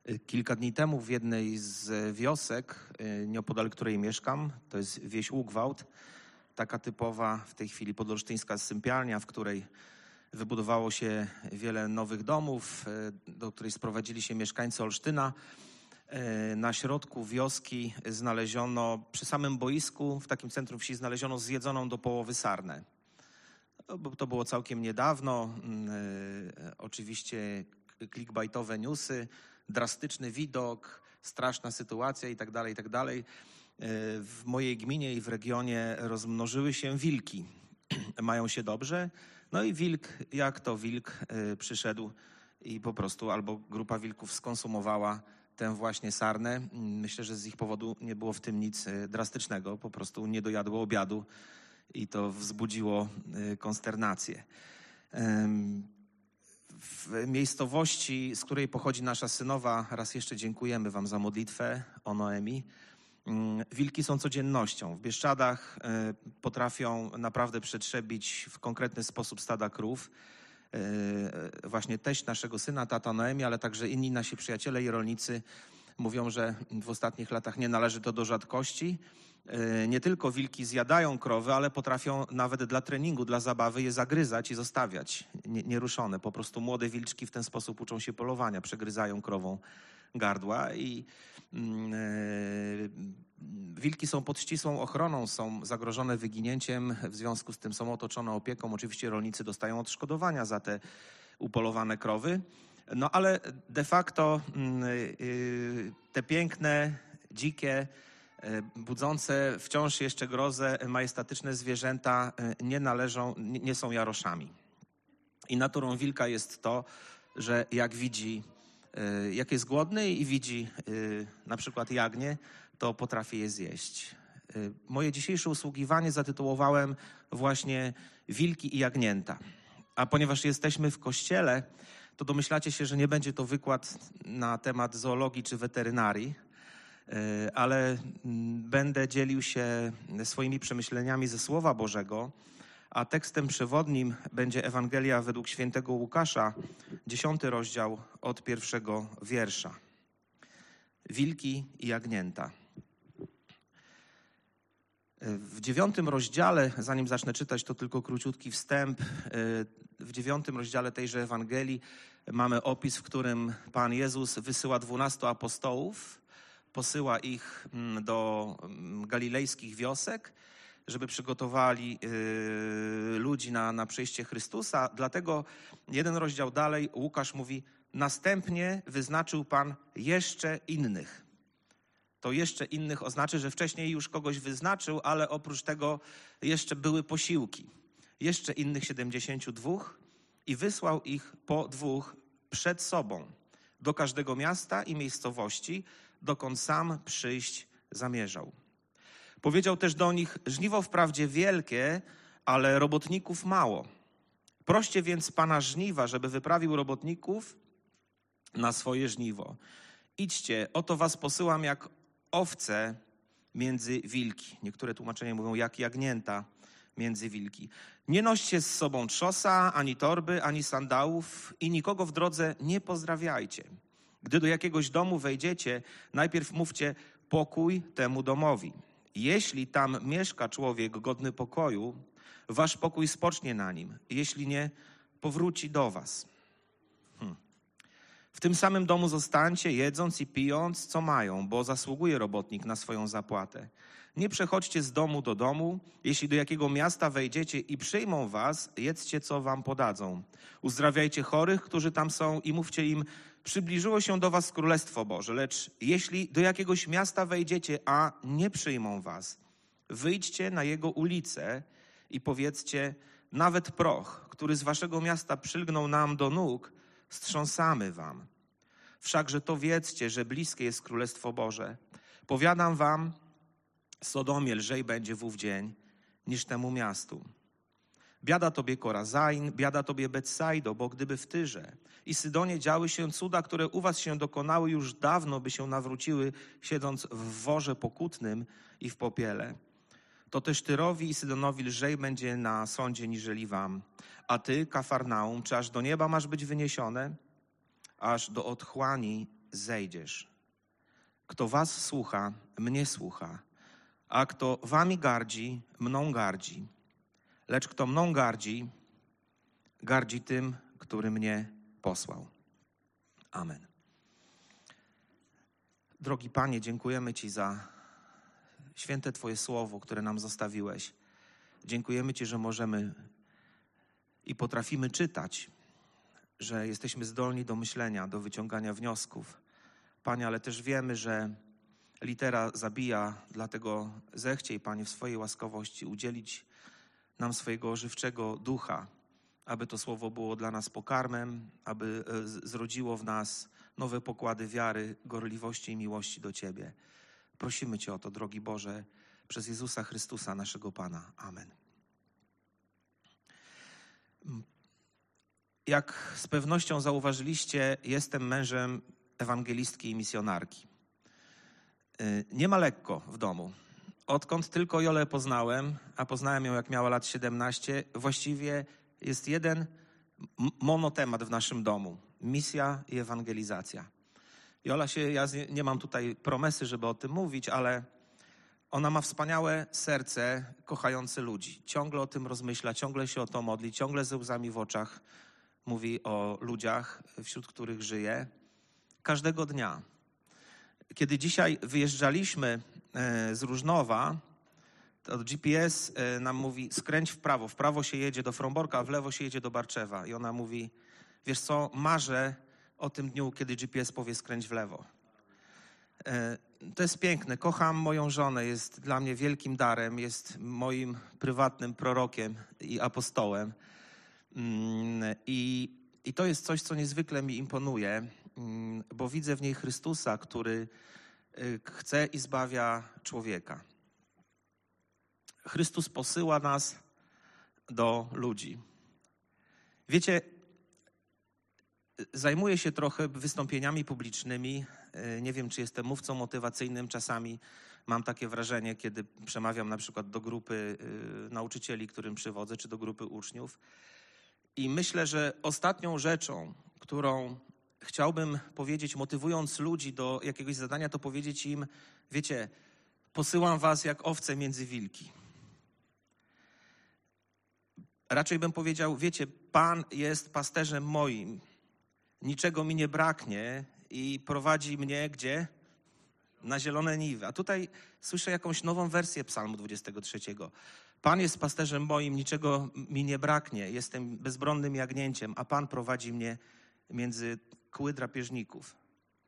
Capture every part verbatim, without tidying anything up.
Kilka dni temu w jednej z wiosek, nieopodal której mieszkam, to jest wieś Ługwałt, taka typowa w tej chwili podolsztyńska sypialnia, w której wybudowało się wiele nowych domów, do której sprowadzili się mieszkańcy Olsztyna. Na środku wioski znaleziono, przy samym boisku, w takim centrum wsi znaleziono zjedzoną do połowy sarnę. To było całkiem niedawno. Oczywiście clickbaitowe newsy, drastyczny widok, straszna sytuacja i tak dalej, i tak dalej. W mojej gminie i w regionie rozmnożyły się wilki. Mają się dobrze. No i wilk, jak to wilk, przyszedł i po prostu albo grupa wilków skonsumowała tę właśnie sarnę. Myślę, że z ich powodu nie było w tym nic drastycznego. Po prostu nie dojadło obiadu i to wzbudziło konsternację. W miejscowości, z której pochodzi nasza synowa, raz jeszcze dziękujemy wam za modlitwę o Noemi. Wilki są codziennością. W Bieszczadach potrafią naprawdę przetrzebić w konkretny sposób stada krów. Właśnie teść naszego syna, tata Noemi, ale także inni nasi przyjaciele i rolnicy mówią, że w ostatnich latach nie należy to do rzadkości. Nie tylko wilki zjadają krowy, ale potrafią nawet dla treningu, dla zabawy je zagryzać i zostawiać nieruszone. Po prostu młode wilczki w ten sposób uczą się polowania, przegryzają krową gardła i yy, wilki są pod ścisłą ochroną, są zagrożone wyginięciem, w związku z tym są otoczone opieką. Oczywiście rolnicy dostają odszkodowania za te upolowane krowy, no ale de facto yy, yy, te piękne, dzikie, budzące wciąż jeszcze grozę majestatyczne zwierzęta nie należą, nie są jaroszami. I naturą wilka jest to, że jak widzi, jak jest głodny i widzi na przykład jagnię, to potrafi je zjeść. Moje dzisiejsze usługiwanie zatytułowałem właśnie Wilki i jagnięta. A ponieważ jesteśmy w kościele, to domyślacie się, że nie będzie to wykład na temat zoologii czy weterynarii, ale będę dzielił się swoimi przemyśleniami ze Słowa Bożego, a tekstem przewodnim będzie Ewangelia według świętego Łukasza, dziesiąty rozdział od pierwszego wiersza. Wilki i jagnięta. W dziewiątym rozdziale, zanim zacznę czytać, to tylko króciutki wstęp. W dziewiątym rozdziale tejże Ewangelii mamy opis, w którym Pan Jezus wysyła dwunastu apostołów, posyła ich do galilejskich wiosek, żeby przygotowali ludzi na, na przyjście Chrystusa. Dlatego jeden rozdział dalej Łukasz mówi: następnie wyznaczył Pan jeszcze innych. To jeszcze innych oznacza, że wcześniej już kogoś wyznaczył, ale oprócz tego jeszcze były posiłki. Jeszcze innych siedemdziesięciu dwóch i wysłał ich po dwóch przed sobą do każdego miasta i miejscowości, dokąd sam przyjść zamierzał. Powiedział też do nich: żniwo wprawdzie wielkie, ale robotników mało. Proście więc Pana żniwa, żeby wyprawił robotników na swoje żniwo. Idźcie, oto was posyłam jak owce między wilki. Niektóre tłumaczenia mówią jak jagnięta między wilki. Nie noście z sobą trzosa, ani torby, ani sandałów i nikogo w drodze nie pozdrawiajcie. Gdy do jakiegoś domu wejdziecie, najpierw mówcie pokój temu domowi. Jeśli tam mieszka człowiek godny pokoju, wasz pokój spocznie na nim. Jeśli nie, powróci do was. Hmm. W tym samym domu zostańcie, jedząc i pijąc, co mają, bo zasługuje robotnik na swoją zapłatę. Nie przechodźcie z domu do domu. Jeśli do jakiego miasta wejdziecie i przyjmą was, jedzcie, co wam podadzą. Uzdrawiajcie chorych, którzy tam są i mówcie im: przybliżyło się do was Królestwo Boże. Lecz jeśli do jakiegoś miasta wejdziecie, a nie przyjmą was, wyjdźcie na jego ulicę i powiedzcie: nawet proch, który z waszego miasta przylgnął nam do nóg, strząsamy wam. Wszakże to wiedzcie, że bliskie jest Królestwo Boże. Powiadam wam, Sodomie lżej będzie w ów dzień niż temu miastu. Biada tobie Korazain, biada tobie Betsaido, bo gdyby w Tyrze i Sydonie działy się cuda, które u was się dokonały, już dawno by się nawróciły, siedząc w worze pokutnym i w popiele. To też Tyrowi i Sydonowi lżej będzie na sądzie niżeli wam. A ty, Kafarnaum, czy aż do nieba masz być wyniesione? Aż do otchłani zejdziesz. Kto was słucha, mnie słucha, a kto wami gardzi, mną gardzi. Lecz kto mną gardzi, gardzi tym, który mnie posłał. Amen. Drogi Panie, dziękujemy Ci za święte Twoje słowo, które nam zostawiłeś. Dziękujemy Ci, że możemy i potrafimy czytać, że jesteśmy zdolni do myślenia, do wyciągania wniosków. Panie, ale też wiemy, że litera zabija, dlatego zechciej, Panie, w swojej łaskawości udzielić nam swojego ożywczego ducha, aby to słowo było dla nas pokarmem, aby zrodziło w nas nowe pokłady wiary, gorliwości i miłości do Ciebie. Prosimy Cię o to, drogi Boże, przez Jezusa Chrystusa, naszego Pana. Amen. Jak z pewnością zauważyliście, jestem mężem ewangelistki i misjonarki. Nie ma lekko w domu. Odkąd tylko Jolę poznałem, a poznałem ją jak miała lat siedemnaście, właściwie jest jeden monotemat w naszym domu. Misja i ewangelizacja. Jola się, ja nie mam tutaj promesy, żeby o tym mówić, ale ona ma wspaniałe serce kochające ludzi. Ciągle o tym rozmyśla, ciągle się o to modli, ciągle ze łzami w oczach mówi o ludziach, wśród których żyje. Każdego dnia. Kiedy dzisiaj wyjeżdżaliśmy z Różnowa, to G P S nam mówi, skręć w prawo. W prawo się jedzie do Fromborka, a w lewo się jedzie do Barczewa. I ona mówi, wiesz co, marzę o tym dniu, kiedy G P S powie, skręć w lewo. To jest piękne. Kocham moją żonę. Jest dla mnie wielkim darem. Jest moim prywatnym prorokiem i apostołem. I, i to jest coś, co niezwykle mi imponuje, bo widzę w niej Chrystusa, który chce i zbawia człowieka. Chrystus posyła nas do ludzi. Wiecie, zajmuję się trochę wystąpieniami publicznymi. Nie wiem, czy jestem mówcą motywacyjnym. Czasami mam takie wrażenie, kiedy przemawiam na przykład do grupy nauczycieli, którym przywodzę, czy do grupy uczniów. I myślę, że ostatnią rzeczą, którą chciałbym powiedzieć, motywując ludzi do jakiegoś zadania, to powiedzieć im, wiecie, posyłam was jak owce między wilki. Raczej bym powiedział, wiecie, Pan jest pasterzem moim, niczego mi nie braknie i prowadzi mnie gdzie? Na zielone niwy. A tutaj słyszę jakąś nową wersję Psalmu dwudziestego trzeciego. Pan jest pasterzem moim, niczego mi nie braknie, jestem bezbronnym jagnięciem, a Pan prowadzi mnie między kły drapieżników.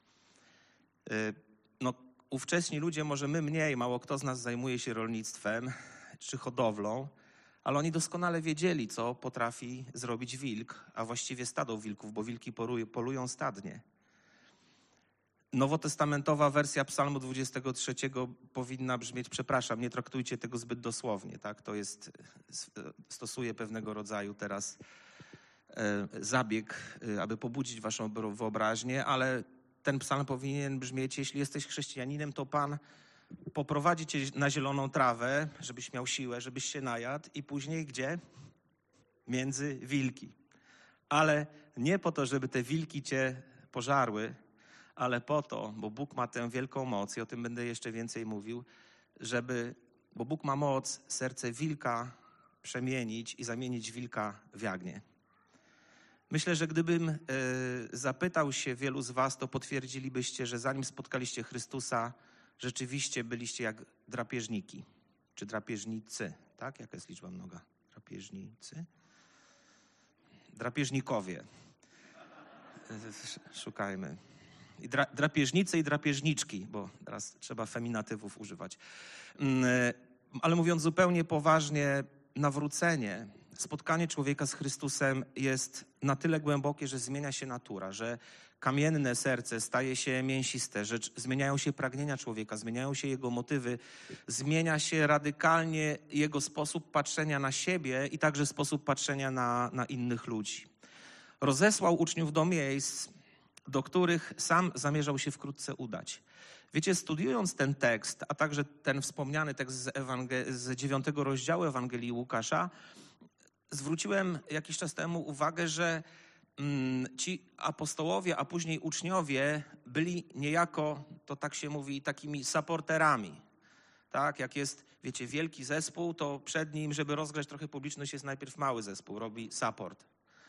No, ówcześni ludzie, może my mniej, mało kto z nas zajmuje się rolnictwem czy hodowlą, ale oni doskonale wiedzieli, co potrafi zrobić wilk, a właściwie stado wilków, bo wilki polują stadnie. Nowotestamentowa wersja Psalmu dwudziestego trzeciego powinna brzmieć, przepraszam, nie traktujcie tego zbyt dosłownie, tak? To jest, stosuje pewnego rodzaju teraz e, zabieg, e, aby pobudzić waszą wyobraźnię, ale ten psalm powinien brzmieć, jeśli jesteś chrześcijaninem, to Pan poprowadzi cię na zieloną trawę, żebyś miał siłę, żebyś się najadł i później gdzie? Między wilki. Ale nie po to, żeby te wilki cię pożarły, ale po to, bo Bóg ma tę wielką moc i o tym będę jeszcze więcej mówił, żeby, bo Bóg ma moc serce wilka przemienić i zamienić wilka w jagnię. Myślę, że gdybym y, zapytał się wielu z was, to potwierdzilibyście, że zanim spotkaliście Chrystusa, rzeczywiście byliście jak drapieżniki, czy drapieżnicy, tak? Jaka jest liczba mnoga? Drapieżnicy? Drapieżnikowie. Szukajmy. I dra, drapieżnicy i drapieżniczki, bo teraz trzeba feminatywów używać. Ale mówiąc zupełnie poważnie, nawrócenie, spotkanie człowieka z Chrystusem jest na tyle głębokie, że zmienia się natura, że kamienne serce staje się mięsiste, że zmieniają się pragnienia człowieka, zmieniają się jego motywy, zmienia się radykalnie jego sposób patrzenia na siebie i także sposób patrzenia na, na innych ludzi. Rozesłał uczniów do miejsc, do których sam zamierzał się wkrótce udać. Wiecie, studiując ten tekst, a także ten wspomniany tekst z, Ewangel- z dziewiątego rozdziału Ewangelii Łukasza, zwróciłem jakiś czas temu uwagę, że ci apostołowie, a później uczniowie byli niejako, to tak się mówi, takimi supporterami. Tak, jak jest, wiecie, wielki zespół, to przed nim, żeby rozgrać trochę publiczność, jest najpierw mały zespół, robi support.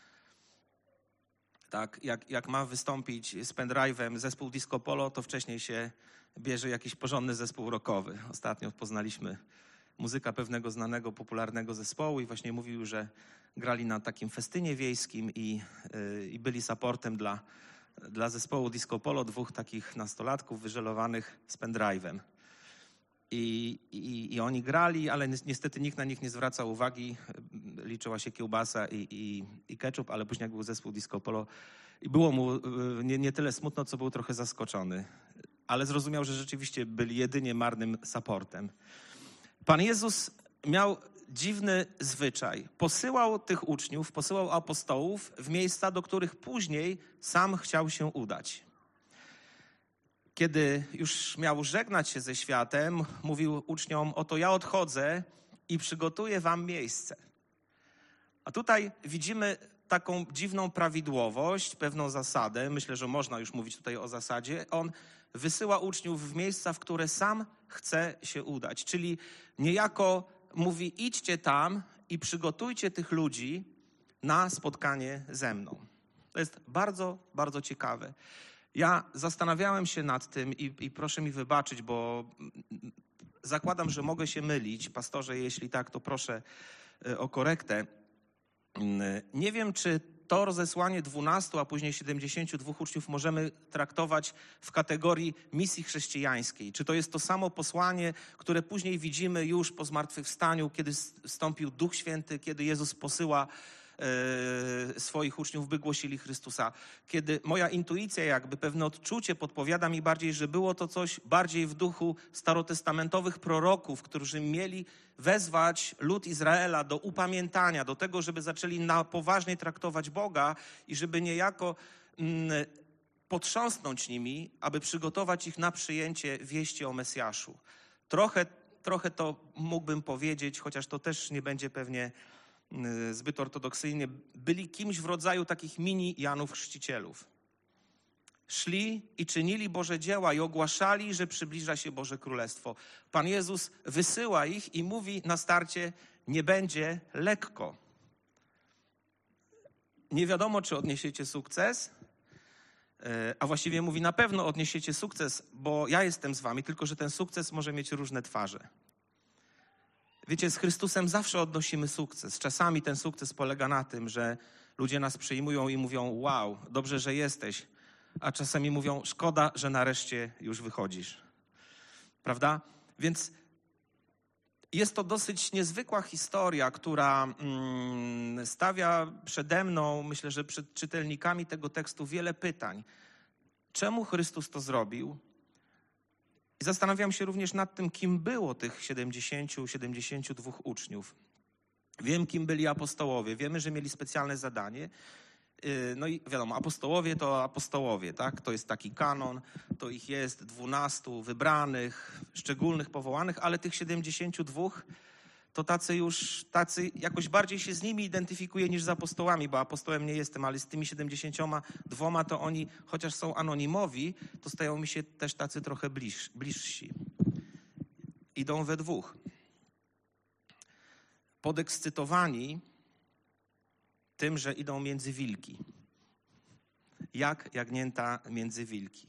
Tak, jak, jak ma wystąpić z pendrive'em zespół Disco Polo, to wcześniej się bierze jakiś porządny zespół rockowy. Ostatnio poznaliśmy muzyka pewnego znanego, popularnego zespołu i właśnie mówił, że grali na takim festynie wiejskim i, yy, i byli supportem dla, dla zespołu Disco Polo, dwóch takich nastolatków wyżelowanych z pendrive'em. I, i, I oni grali, ale niestety nikt na nich nie zwracał uwagi. Liczyła się kiełbasa i, i, i ketchup, ale później jak był zespół Disco Polo i było mu nie, nie tyle smutno, co był trochę zaskoczony. Ale zrozumiał, że rzeczywiście byli jedynie marnym supportem. Pan Jezus miał dziwny zwyczaj. Posyłał tych uczniów, posyłał apostołów w miejsca, do których później sam chciał się udać. Kiedy już miał żegnać się ze światem, mówił uczniom, oto ja odchodzę i przygotuję wam miejsce. A tutaj widzimy taką dziwną prawidłowość, pewną zasadę. Myślę, że można już mówić tutaj o zasadzie. On wysyła uczniów w miejsca, w które sam chce się udać. Czyli niejako mówi, idźcie tam i przygotujcie tych ludzi na spotkanie ze mną. To jest bardzo, bardzo ciekawe. Ja zastanawiałem się nad tym i, i proszę mi wybaczyć, bo zakładam, że mogę się mylić. Pastorze, jeśli tak, to proszę o korektę. Nie wiem, czy to rozesłanie dwunastu, a później siedemdziesięciu dwóch uczniów możemy traktować w kategorii misji chrześcijańskiej. Czy to jest to samo posłanie, które później widzimy już po zmartwychwstaniu, kiedy wstąpił Duch Święty, kiedy Jezus posyła swoich uczniów, by głosili Chrystusa. Kiedy moja intuicja, jakby pewne odczucie podpowiada mi bardziej, że było to coś bardziej w duchu starotestamentowych proroków, którzy mieli wezwać lud Izraela do upamiętania, do tego, żeby zaczęli na poważnie traktować Boga i żeby niejako mm, potrząsnąć nimi, aby przygotować ich na przyjęcie wieści o Mesjaszu. Trochę, trochę to mógłbym powiedzieć, chociaż to też nie będzie pewnie zbyt ortodoksyjnie, byli kimś w rodzaju takich mini Janów Chrzcicielów. Szli i czynili Boże dzieła i ogłaszali, że przybliża się Boże Królestwo. Pan Jezus wysyła ich i mówi na starcie, nie będzie lekko. Nie wiadomo, czy odniesiecie sukces, a właściwie mówi, na pewno odniesiecie sukces, bo ja jestem z wami, tylko że ten sukces może mieć różne twarze. Wiecie, z Chrystusem zawsze odnosimy sukces. Czasami ten sukces polega na tym, że ludzie nas przyjmują i mówią, wow, dobrze, że jesteś. A czasami mówią, szkoda, że nareszcie już wychodzisz. Prawda? Więc jest to dosyć niezwykła historia, która mm, stawia przede mną, myślę, że przed czytelnikami tego tekstu wiele pytań. Czemu Chrystus to zrobił? I zastanawiam się również nad tym, kim było tych siedemdziesięciu, siedemdziesięciu dwóch uczniów. Wiem, kim byli apostołowie. Wiemy, że mieli specjalne zadanie. No i wiadomo, apostołowie to apostołowie, tak? To jest taki kanon, to ich jest dwunastu wybranych, szczególnych, powołanych, ale tych siedemdziesięciu dwóch to tacy już, tacy jakoś bardziej się z nimi identyfikuje niż z apostołami, bo apostołem nie jestem, ale z tymi siedemdziesięcioma dwoma to oni, chociaż są anonimowi, to stają mi się też tacy trochę bliż, bliżsi. Idą we dwóch. Podekscytowani tym, że idą między wilki. Jak jagnięta między wilki.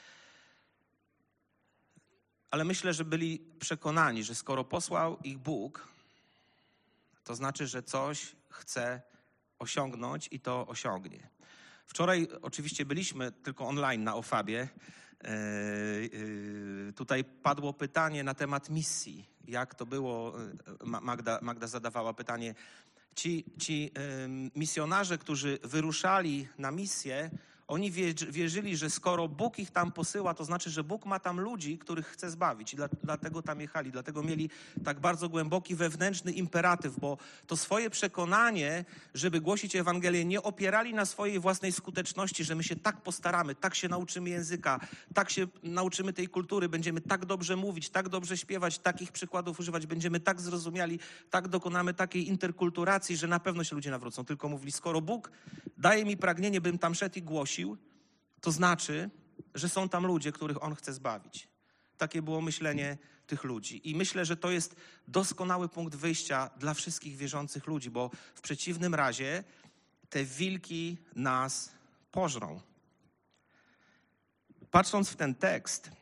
Ale myślę, że byli przekonani, że skoro posłał ich Bóg, to znaczy, że coś chce osiągnąć i to osiągnie. Wczoraj oczywiście byliśmy tylko online na Ofabie. Tutaj padło pytanie na temat misji. Jak to było? Magda, Magda zadawała pytanie. Ci, ci misjonarze, którzy wyruszali na misję, Oni wierzyli, że skoro Bóg ich tam posyła, to znaczy, że Bóg ma tam ludzi, których chce zbawić. I dla, dlatego tam jechali, dlatego mieli tak bardzo głęboki wewnętrzny imperatyw, bo to swoje przekonanie, żeby głosić Ewangelię, nie opierali na swojej własnej skuteczności, że my się tak postaramy, tak się nauczymy języka, tak się nauczymy tej kultury, będziemy tak dobrze mówić, tak dobrze śpiewać, takich przykładów używać, będziemy tak zrozumiali, tak dokonamy takiej interkulturacji, że na pewno się ludzie nawrócą. Tylko mówili, skoro Bóg daje mi pragnienie, bym tam szedł i głosił, to znaczy, że są tam ludzie, których On chce zbawić. Takie było myślenie tych ludzi. I myślę, że to jest doskonały punkt wyjścia dla wszystkich wierzących ludzi, bo w przeciwnym razie te wilki nas pożrą. Patrząc w ten tekst,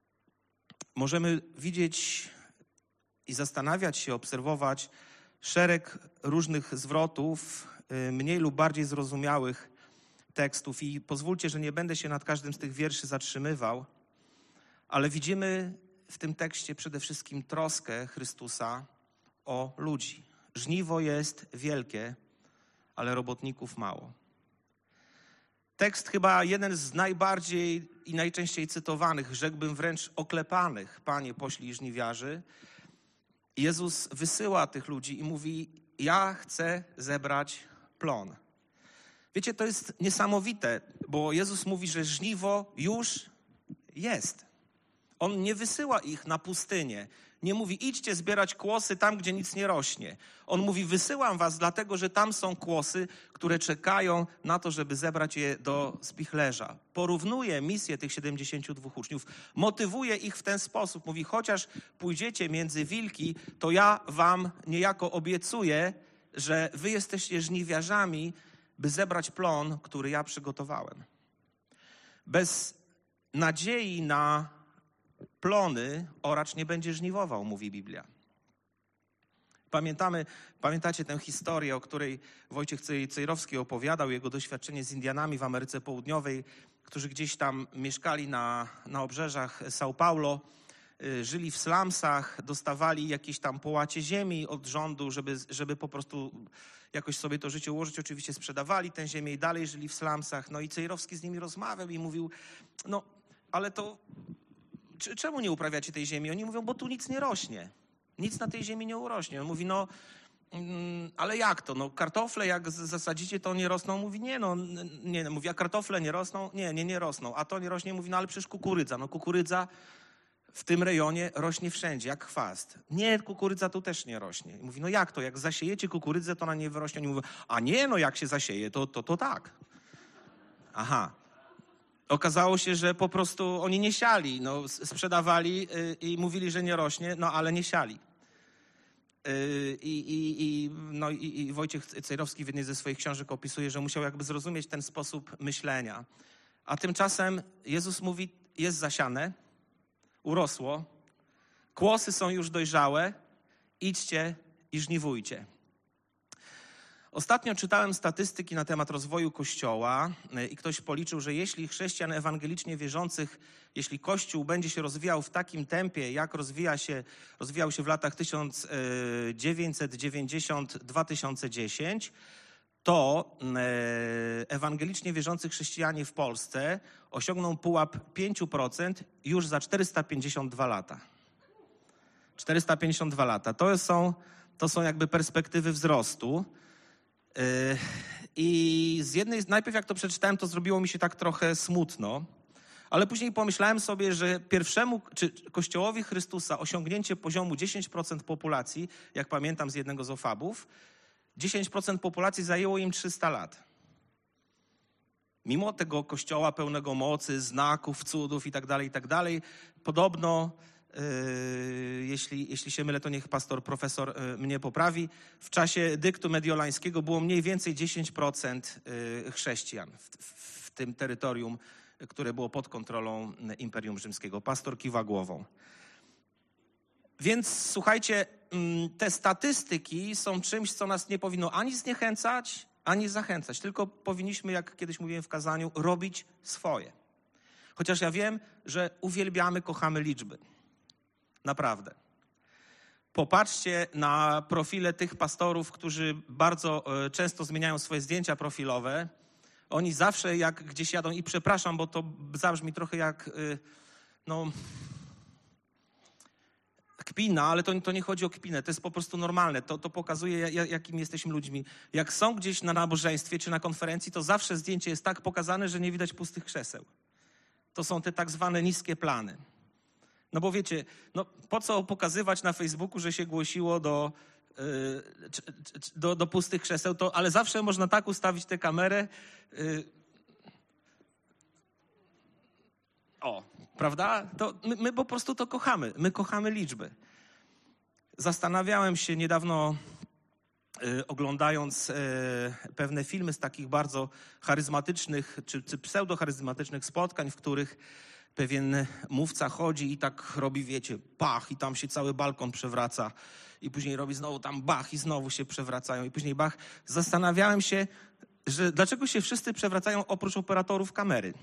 możemy widzieć i zastanawiać się, obserwować szereg różnych zwrotów, mniej lub bardziej zrozumiałych tekstów. I pozwólcie, że nie będę się nad każdym z tych wierszy zatrzymywał, ale widzimy w tym tekście przede wszystkim troskę Chrystusa o ludzi. Żniwo jest wielkie, ale robotników mało. Tekst chyba jeden z najbardziej i najczęściej cytowanych, rzekłbym wręcz oklepanych, Panie, poślij żniwiarzy. Jezus wysyła tych ludzi i mówi, ja chcę zebrać plon. Wiecie, to jest niesamowite, bo Jezus mówi, że żniwo już jest. On nie wysyła ich na pustynię. Nie mówi, idźcie zbierać kłosy tam, gdzie nic nie rośnie. On mówi, wysyłam was dlatego, że tam są kłosy, które czekają na to, żeby zebrać je do spichlerza. Porównuje misję tych siedemdziesięciu dwóch uczniów, motywuje ich w ten sposób. Mówi, chociaż pójdziecie między wilki, to ja wam niejako obiecuję, że wy jesteście żniwiarzami, by zebrać plon, który ja przygotowałem. Bez nadziei na plony oracz nie będzie żniwował, mówi Biblia. Pamiętamy, pamiętacie tę historię, o której Wojciech Cejrowski opowiadał, jego doświadczenie z Indianami w Ameryce Południowej, którzy gdzieś tam mieszkali na, na obrzeżach São Paulo, żyli w slumsach, dostawali jakieś tam połacie ziemi od rządu, żeby, żeby po prostu jakoś sobie to życie ułożyć. Oczywiście sprzedawali tę ziemię i dalej żyli w slumsach. No i Cejrowski z nimi rozmawiał i mówił, no ale to czemu nie uprawiacie tej ziemi? Oni mówią, bo tu nic nie rośnie. Nic na tej ziemi nie urośnie. On mówi, no mm, ale jak to? No kartofle jak zasadzicie, to nie rosną. Mówi, nie no, nie. Mówi, a kartofle nie rosną? Nie, nie, nie rosną. A to nie rośnie? Mówi, no ale przecież kukurydza. No kukurydza w tym rejonie rośnie wszędzie, jak chwast. Nie, kukurydza tu też nie rośnie. Mówi, no jak to? Jak zasiejecie kukurydzę, to ona nie wyrośnie. Oni mówią, a nie, no jak się zasieje, to, to, to tak. Aha. Okazało się, że po prostu oni nie siali, no, sprzedawali i mówili, że nie rośnie, no ale nie siali. I, i, i, no, i, i Wojciech Cejrowski w jednej ze swoich książek opisuje, że musiał jakby zrozumieć ten sposób myślenia. A tymczasem Jezus mówi, jest zasiane, urosło, kłosy są już dojrzałe, idźcie i żniwujcie. Ostatnio czytałem statystyki na temat rozwoju Kościoła i ktoś policzył, że jeśli chrześcijan ewangelicznie wierzących, jeśli Kościół będzie się rozwijał w takim tempie, jak rozwija się, rozwijał się w latach tysiąc dziewięćset dziewięćdziesiąt do dwa tysiące dziesięć, to ewangelicznie wierzący chrześcijanie w Polsce osiągną pułap pięć procent już za czterysta pięćdziesiąt dwa lata. czterysta pięćdziesiąt dwa lata. To są, to są jakby perspektywy wzrostu. I z jednej, najpierw jak to przeczytałem, to zrobiło mi się tak trochę smutno, ale później pomyślałem sobie, że pierwszemu, czy Kościołowi Chrystusa osiągnięcie poziomu dziesięć procent populacji, jak pamiętam z jednego z ofabów, dziesięć procent populacji zajęło im trzysta lat. Mimo tego Kościoła pełnego mocy, znaków, cudów i tak dalej, i tak dalej, podobno, Yy, jeśli, jeśli się mylę, to niech pastor, profesor yy, mnie poprawi. W czasie dyktu mediolańskiego było mniej więcej dziesięć procent yy, chrześcijan w, w, w tym terytorium, które było pod kontrolą Imperium Rzymskiego. Pastor kiwa głową. Więc słuchajcie, yy, te statystyki są czymś, co nas nie powinno ani zniechęcać, ani zachęcać. Tylko powinniśmy, jak kiedyś mówiłem w kazaniu, robić swoje. Chociaż ja wiem, że uwielbiamy, kochamy liczby. Naprawdę. Popatrzcie na profile tych pastorów, którzy bardzo często zmieniają swoje zdjęcia profilowe. Oni zawsze jak gdzieś jadą, i przepraszam, bo to zabrzmi trochę jak, no, kpina, ale to, to nie chodzi o kpinę, to jest po prostu normalne. To, to pokazuje, jak, jakim jesteśmy ludźmi. Jak są gdzieś na nabożeństwie czy na konferencji, to zawsze zdjęcie jest tak pokazane, że nie widać pustych krzeseł. To są te tak zwane niskie plany. No bo wiecie, no po co pokazywać na Facebooku, że się głosiło do, yy, czy, czy, do, do pustych krzeseł, to, ale zawsze można tak ustawić tę kamerę. Yy, o, prawda? To my, my po prostu to kochamy. My kochamy liczby. Zastanawiałem się niedawno, yy, oglądając yy, pewne filmy z takich bardzo charyzmatycznych czy, czy pseudo-charyzmatycznych spotkań, w których pewien mówca chodzi i tak robi, wiecie, bach, i tam się cały balkon przewraca. I później robi znowu tam bach i znowu się przewracają. I później bach. Zastanawiałem się, że dlaczego się wszyscy przewracają oprócz operatorów kamery.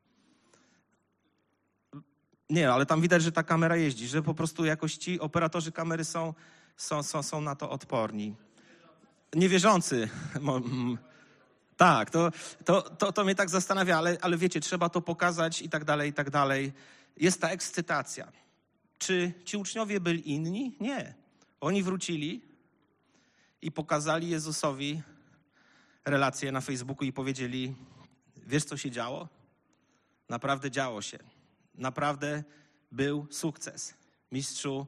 Nie, ale tam widać, że ta kamera jeździ, że po prostu jakoś ci operatorzy kamery są, są, są, są na to odporni. Niewierzący. Tak, to, to, to, to mnie tak zastanawia, ale, ale wiecie, trzeba to pokazać i tak dalej, i tak dalej. Jest ta ekscytacja. Czy ci uczniowie byli inni? Nie. Oni wrócili i pokazali Jezusowi relację na Facebooku i powiedzieli, wiesz co się działo? Naprawdę działo się. Naprawdę był sukces. Mistrzu,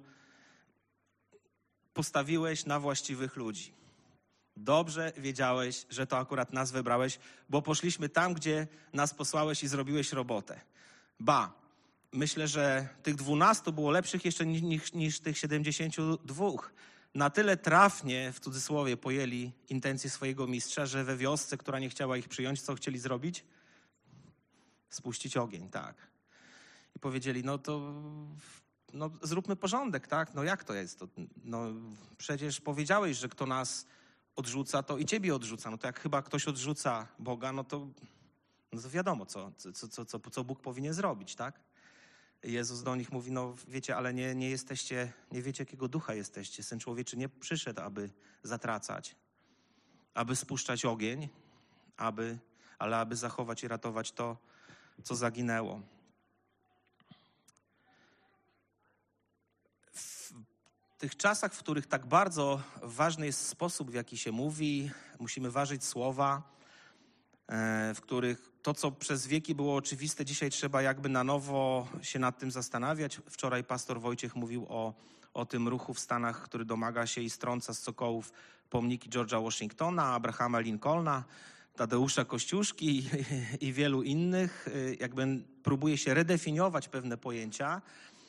postawiłeś na właściwych ludzi. Dobrze wiedziałeś, że to akurat nas wybrałeś, bo poszliśmy tam, gdzie nas posłałeś i zrobiłeś robotę. Ba, myślę, że tych dwunastu było lepszych jeszcze niż, niż, niż tych siedemdziesięciu dwóch. Na tyle trafnie, w cudzysłowie, pojęli intencje swojego mistrza, że we wiosce, która nie chciała ich przyjąć, co chcieli zrobić? Spuścić ogień, tak. I powiedzieli, no to no, zróbmy porządek, tak? No jak to jest? To, no, przecież powiedziałeś, że kto nas odrzuca, to i ciebie odrzuca. No to jak chyba ktoś odrzuca Boga, no to, no to wiadomo, co, co, co, co, co Bóg powinien zrobić, tak? Jezus do nich mówi, no wiecie, ale nie, nie jesteście, nie wiecie, jakiego ducha jesteście. Syn Człowieczy nie przyszedł, aby zatracać, aby spuszczać ogień, aby, ale aby zachować i ratować to, co zaginęło. W tych czasach, w których tak bardzo ważny jest sposób, w jaki się mówi, musimy ważyć słowa, w których to, co przez wieki było oczywiste, dzisiaj trzeba jakby na nowo się nad tym zastanawiać. Wczoraj pastor Wojciech mówił o, o tym ruchu w Stanach, który domaga się i strąca z cokołów pomniki George'a Washingtona, Abrahama Lincolna, Tadeusza Kościuszki i, i wielu innych. Jakby próbuje się redefiniować pewne pojęcia.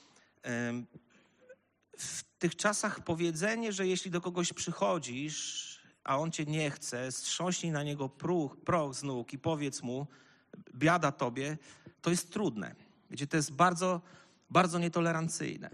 W tych czasach powiedzenie, że jeśli do kogoś przychodzisz, a on cię nie chce, strząśnij na niego proch, proch z nóg i powiedz mu, biada tobie, to jest trudne. Wiecie, to jest bardzo, bardzo nietolerancyjne.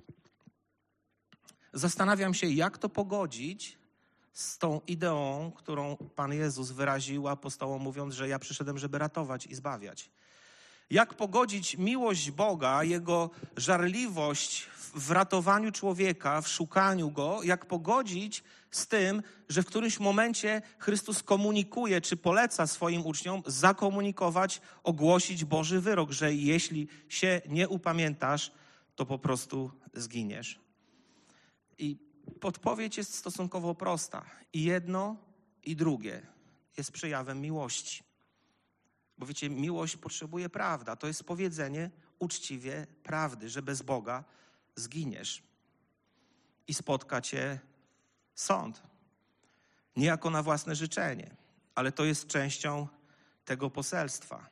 Zastanawiam się, jak to pogodzić z tą ideą, którą Pan Jezus wyraził apostołom, mówiąc, że ja przyszedłem, żeby ratować i zbawiać. Jak pogodzić miłość Boga, Jego żarliwość w ratowaniu człowieka, w szukaniu Go, jak pogodzić z tym, że w którymś momencie Chrystus komunikuje, czy poleca swoim uczniom zakomunikować, ogłosić Boży wyrok, że jeśli się nie upamiętasz, to po prostu zginiesz. I podpowiedź jest stosunkowo prosta. I jedno, i drugie jest przejawem miłości. Bo wiecie, miłość potrzebuje prawda. To jest powiedzenie uczciwie prawdy, że bez Boga zginiesz i spotka cię sąd. Nie jako na własne życzenie, ale to jest częścią tego poselstwa.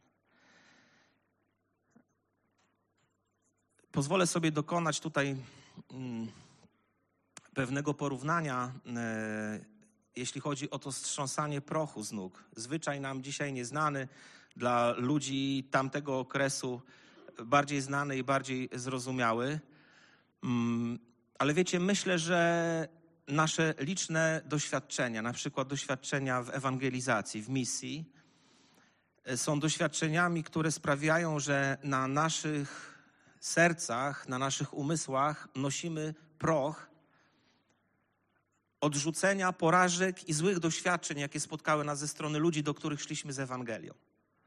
Pozwolę sobie dokonać tutaj mm, pewnego porównania, e, jeśli chodzi o to strząsanie prochu z nóg. Zwyczaj nam dzisiaj nieznany, dla ludzi tamtego okresu bardziej znany i bardziej zrozumiały. Ale wiecie, myślę, że nasze liczne doświadczenia, na przykład doświadczenia w ewangelizacji, w misji, są doświadczeniami, które sprawiają, że na naszych sercach, na naszych umysłach nosimy proch odrzucenia, porażek i złych doświadczeń, jakie spotkały nas ze strony ludzi, do których szliśmy z Ewangelią.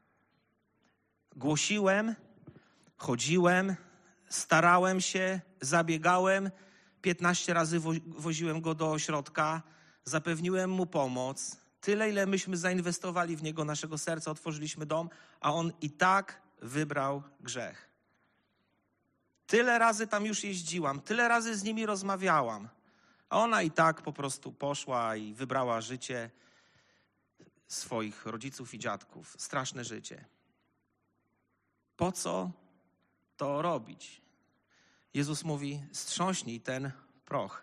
Głosiłem, chodziłem, starałem się, zabiegałem, piętnaście razy wo- woziłem go do ośrodka, zapewniłem mu pomoc. Tyle, ile myśmy zainwestowali w niego, naszego serca, otworzyliśmy dom, a on i tak wybrał grzech. Tyle razy tam już jeździłam, tyle razy z nimi rozmawiałam, a ona i tak po prostu poszła i wybrała życie swoich rodziców i dziadków. Straszne życie. Po co to robić? Jezus mówi, strząśnij ten proch.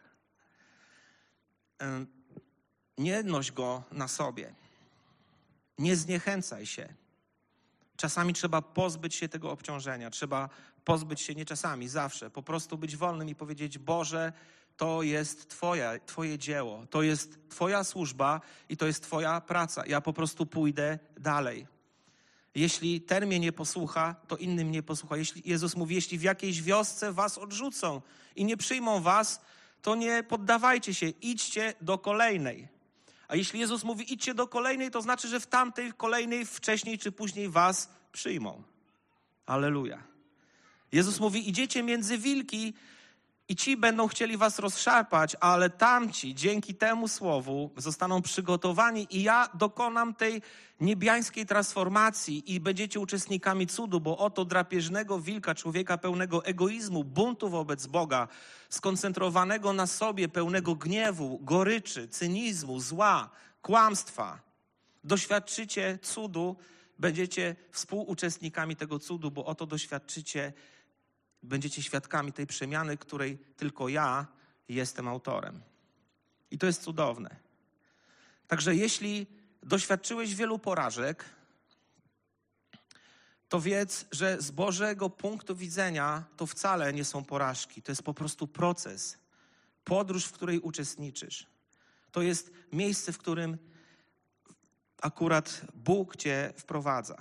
Nie noś go na sobie. Nie zniechęcaj się. Czasami trzeba pozbyć się tego obciążenia. Trzeba pozbyć się, nie czasami, zawsze. Po prostu być wolnym i powiedzieć, Boże, to jest twoja, Twoje dzieło. To jest Twoja służba i to jest Twoja praca. Ja po prostu pójdę dalej. Jeśli ten mnie nie posłucha, to inny mnie posłucha. Jeśli, Jezus mówi, jeśli w jakiejś wiosce was odrzucą i nie przyjmą was, to nie poddawajcie się, idźcie do kolejnej. A jeśli Jezus mówi, idźcie do kolejnej, to znaczy, że w tamtej kolejnej wcześniej czy później was przyjmą. Alleluja. Jezus mówi, idziecie między wilki i ci będą chcieli was rozszarpać, ale tamci dzięki temu słowu zostaną przygotowani i ja dokonam tej niebiańskiej transformacji i będziecie uczestnikami cudu, bo oto drapieżnego wilka, człowieka pełnego egoizmu, buntu wobec Boga, skoncentrowanego na sobie, pełnego gniewu, goryczy, cynizmu, zła, kłamstwa. Doświadczycie cudu, będziecie współuczestnikami tego cudu, bo oto doświadczycie Będziecie świadkami tej przemiany, której tylko ja jestem autorem. I to jest cudowne. Także jeśli doświadczyłeś wielu porażek, to wiedz, że z Bożego punktu widzenia to wcale nie są porażki. To jest po prostu proces, podróż, w której uczestniczysz. To jest miejsce, w którym akurat Bóg cię wprowadza.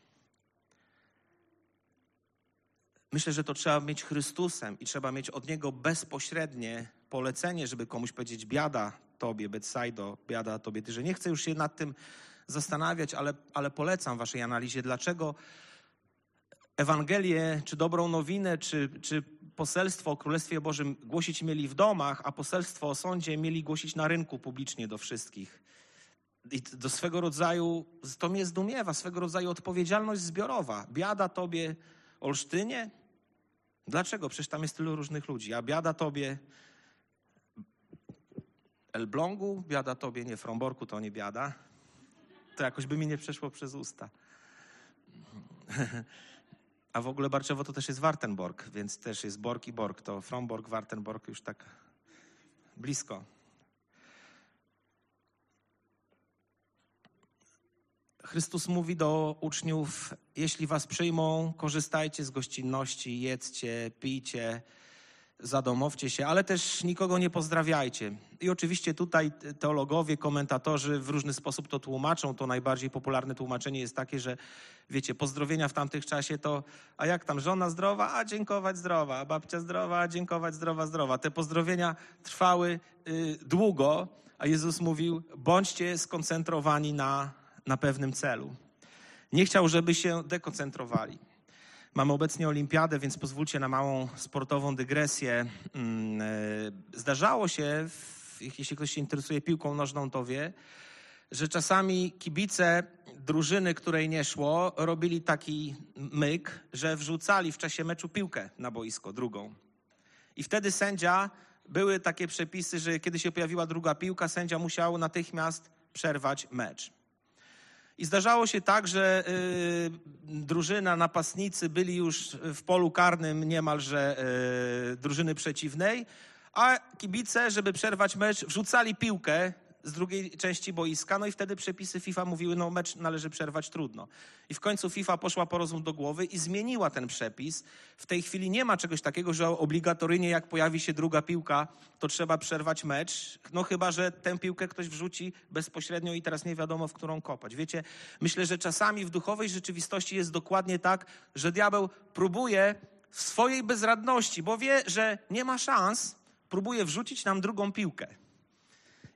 Myślę, że to trzeba mieć Chrystusem i trzeba mieć od Niego bezpośrednie polecenie, żeby komuś powiedzieć biada Tobie, Betsaido, biada Tobie. Ty, że nie chcę już się nad tym zastanawiać, ale, ale polecam Waszej analizie, dlaczego Ewangelię, czy dobrą nowinę, czy, czy poselstwo o Królestwie Bożym głosić mieli w domach, a poselstwo o sądzie mieli głosić na rynku publicznie do wszystkich. I do swego rodzaju, to mnie zdumiewa, swego rodzaju odpowiedzialność zbiorowa. Biada Tobie, Olsztynie? Dlaczego? Przecież tam jest tylu różnych ludzi. A biada Tobie Elblągu, biada Tobie, nie, Fromborku to nie biada. To jakoś by mi nie przeszło przez usta. A w ogóle Barczewo to też jest Wartenborg, więc też jest Bork i Bork. To Fromborg, Wartenborg już tak blisko. Chrystus mówi do uczniów, jeśli was przyjmą, korzystajcie z gościnności, jedzcie, pijcie, zadomowcie się, ale też nikogo nie pozdrawiajcie. I oczywiście tutaj teologowie, komentatorzy w różny sposób to tłumaczą. To najbardziej popularne tłumaczenie jest takie, że wiecie, pozdrowienia w tamtych czasie to, a jak tam, żona zdrowa? A dziękować zdrowa, a babcia zdrowa? A dziękować zdrowa, zdrowa. Te pozdrowienia trwały y, długo, a Jezus mówił, bądźcie skoncentrowani na na pewnym celu. Nie chciał, żeby się dekoncentrowali. Mamy obecnie olimpiadę, więc pozwólcie na małą sportową dygresję. Zdarzało się, jeśli ktoś się interesuje piłką nożną, to wie, że czasami kibice drużyny, której nie szło, robili taki myk, że wrzucali w czasie meczu piłkę na boisko, drugą. I wtedy sędzia, były takie przepisy, że kiedy się pojawiła druga piłka, sędzia musiał natychmiast przerwać mecz. I zdarzało się tak, że y, drużyna, napastnicy byli już w polu karnym niemalże y, drużyny przeciwnej, a kibice, żeby przerwać mecz, wrzucali piłkę z drugiej części boiska, no i wtedy przepisy FIFA mówiły, no mecz należy przerwać trudno. I w końcu FIFA poszła po rozum do głowy i zmieniła ten przepis. W tej chwili nie ma czegoś takiego, że obligatoryjnie jak pojawi się druga piłka, to trzeba przerwać mecz, no chyba, że tę piłkę ktoś wrzuci bezpośrednio i teraz nie wiadomo, w którą kopać. Wiecie, myślę, że czasami w duchowej rzeczywistości jest dokładnie tak, że diabeł próbuje w swojej bezradności, bo wie, że nie ma szans, próbuje wrzucić nam drugą piłkę.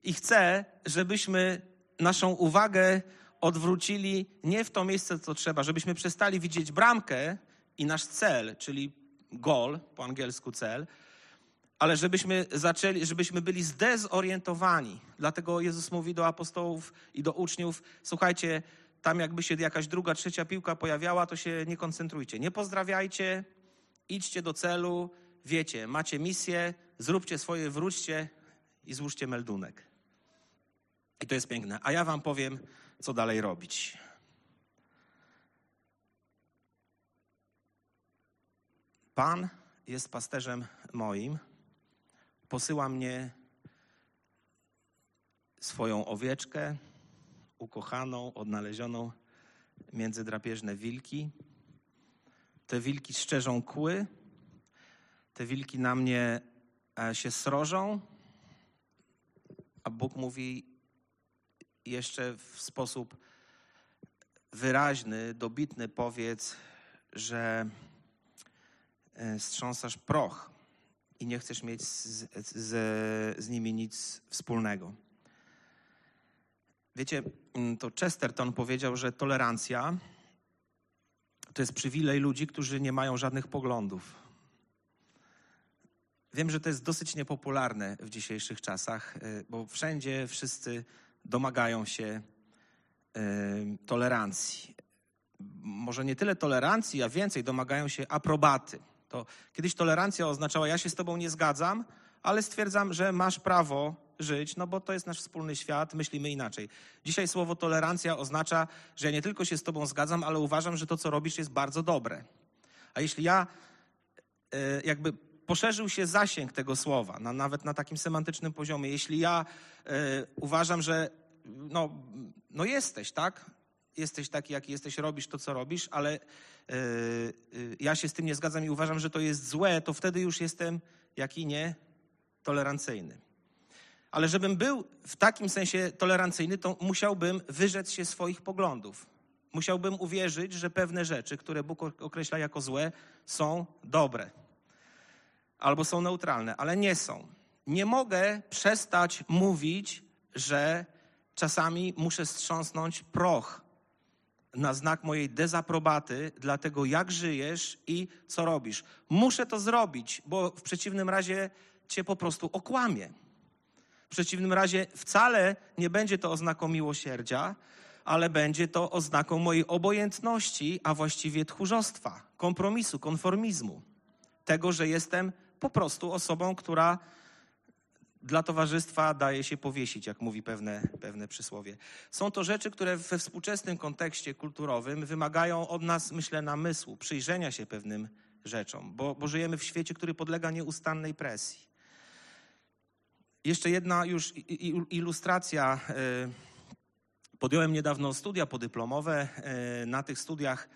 I chce, żebyśmy naszą uwagę odwrócili nie w to miejsce, co trzeba, żebyśmy przestali widzieć bramkę i nasz cel, czyli goal, po angielsku cel, ale żebyśmy zaczęli, żebyśmy byli zdezorientowani. Dlatego Jezus mówi do apostołów i do uczniów, słuchajcie, tam jakby się jakaś druga, trzecia piłka pojawiała, to się nie koncentrujcie. Nie pozdrawiajcie, idźcie do celu, wiecie, macie misję, zróbcie swoje, wróćcie i złóżcie meldunek. I to jest piękne. A ja wam powiem, co dalej robić. Pan jest pasterzem moim, posyła mnie swoją owieczkę, ukochaną, odnalezioną między drapieżne wilki. Te wilki szczerzą kły, te wilki na mnie się srożą, a Bóg mówi jeszcze w sposób wyraźny, dobitny, powiedz, że strząsasz proch i nie chcesz mieć z, z, z nimi nic wspólnego. Wiecie, to Chesterton powiedział, że tolerancja to jest przywilej ludzi, którzy nie mają żadnych poglądów. Wiem, że to jest dosyć niepopularne w dzisiejszych czasach, bo wszędzie wszyscy domagają się tolerancji. Może nie tyle tolerancji, a więcej domagają się aprobaty. To kiedyś tolerancja oznaczała, ja się z tobą nie zgadzam, ale stwierdzam, że masz prawo żyć, no bo to jest nasz wspólny świat, myślimy inaczej. Dzisiaj słowo tolerancja oznacza, że ja nie tylko się z tobą zgadzam, ale uważam, że to, co robisz, jest bardzo dobre. A jeśli ja jakby poszerzył się zasięg tego słowa, na, nawet na takim semantycznym poziomie, jeśli ja uważam, że no, no jesteś, tak? Jesteś taki, jaki jesteś, robisz to, co robisz, ale yy, yy, ja się z tym nie zgadzam i uważam, że to jest złe, to wtedy już jestem, jaki nie, tolerancyjny. Ale żebym był w takim sensie tolerancyjny, to musiałbym wyrzec się swoich poglądów. Musiałbym uwierzyć, że pewne rzeczy, które Bóg określa jako złe, są dobre. Albo są neutralne, ale nie są. Nie mogę przestać mówić, że czasami muszę strząsnąć proch na znak mojej dezaprobaty dla tego, jak żyjesz i co robisz. Muszę to zrobić, bo w przeciwnym razie cię po prostu okłamię. W przeciwnym razie wcale nie będzie to oznaką miłosierdzia, ale będzie to oznaką mojej obojętności, a właściwie tchórzostwa, kompromisu, konformizmu. Tego, że jestem po prostu osobą, która dla towarzystwa daje się powiesić, jak mówi pewne, pewne przysłowie. Są to rzeczy, które we współczesnym kontekście kulturowym wymagają od nas, myślę, namysłu, przyjrzenia się pewnym rzeczom, bo, bo żyjemy w świecie, który podlega nieustannej presji. Jeszcze jedna już ilustracja. Podjąłem niedawno studia podyplomowe. Na tych studiach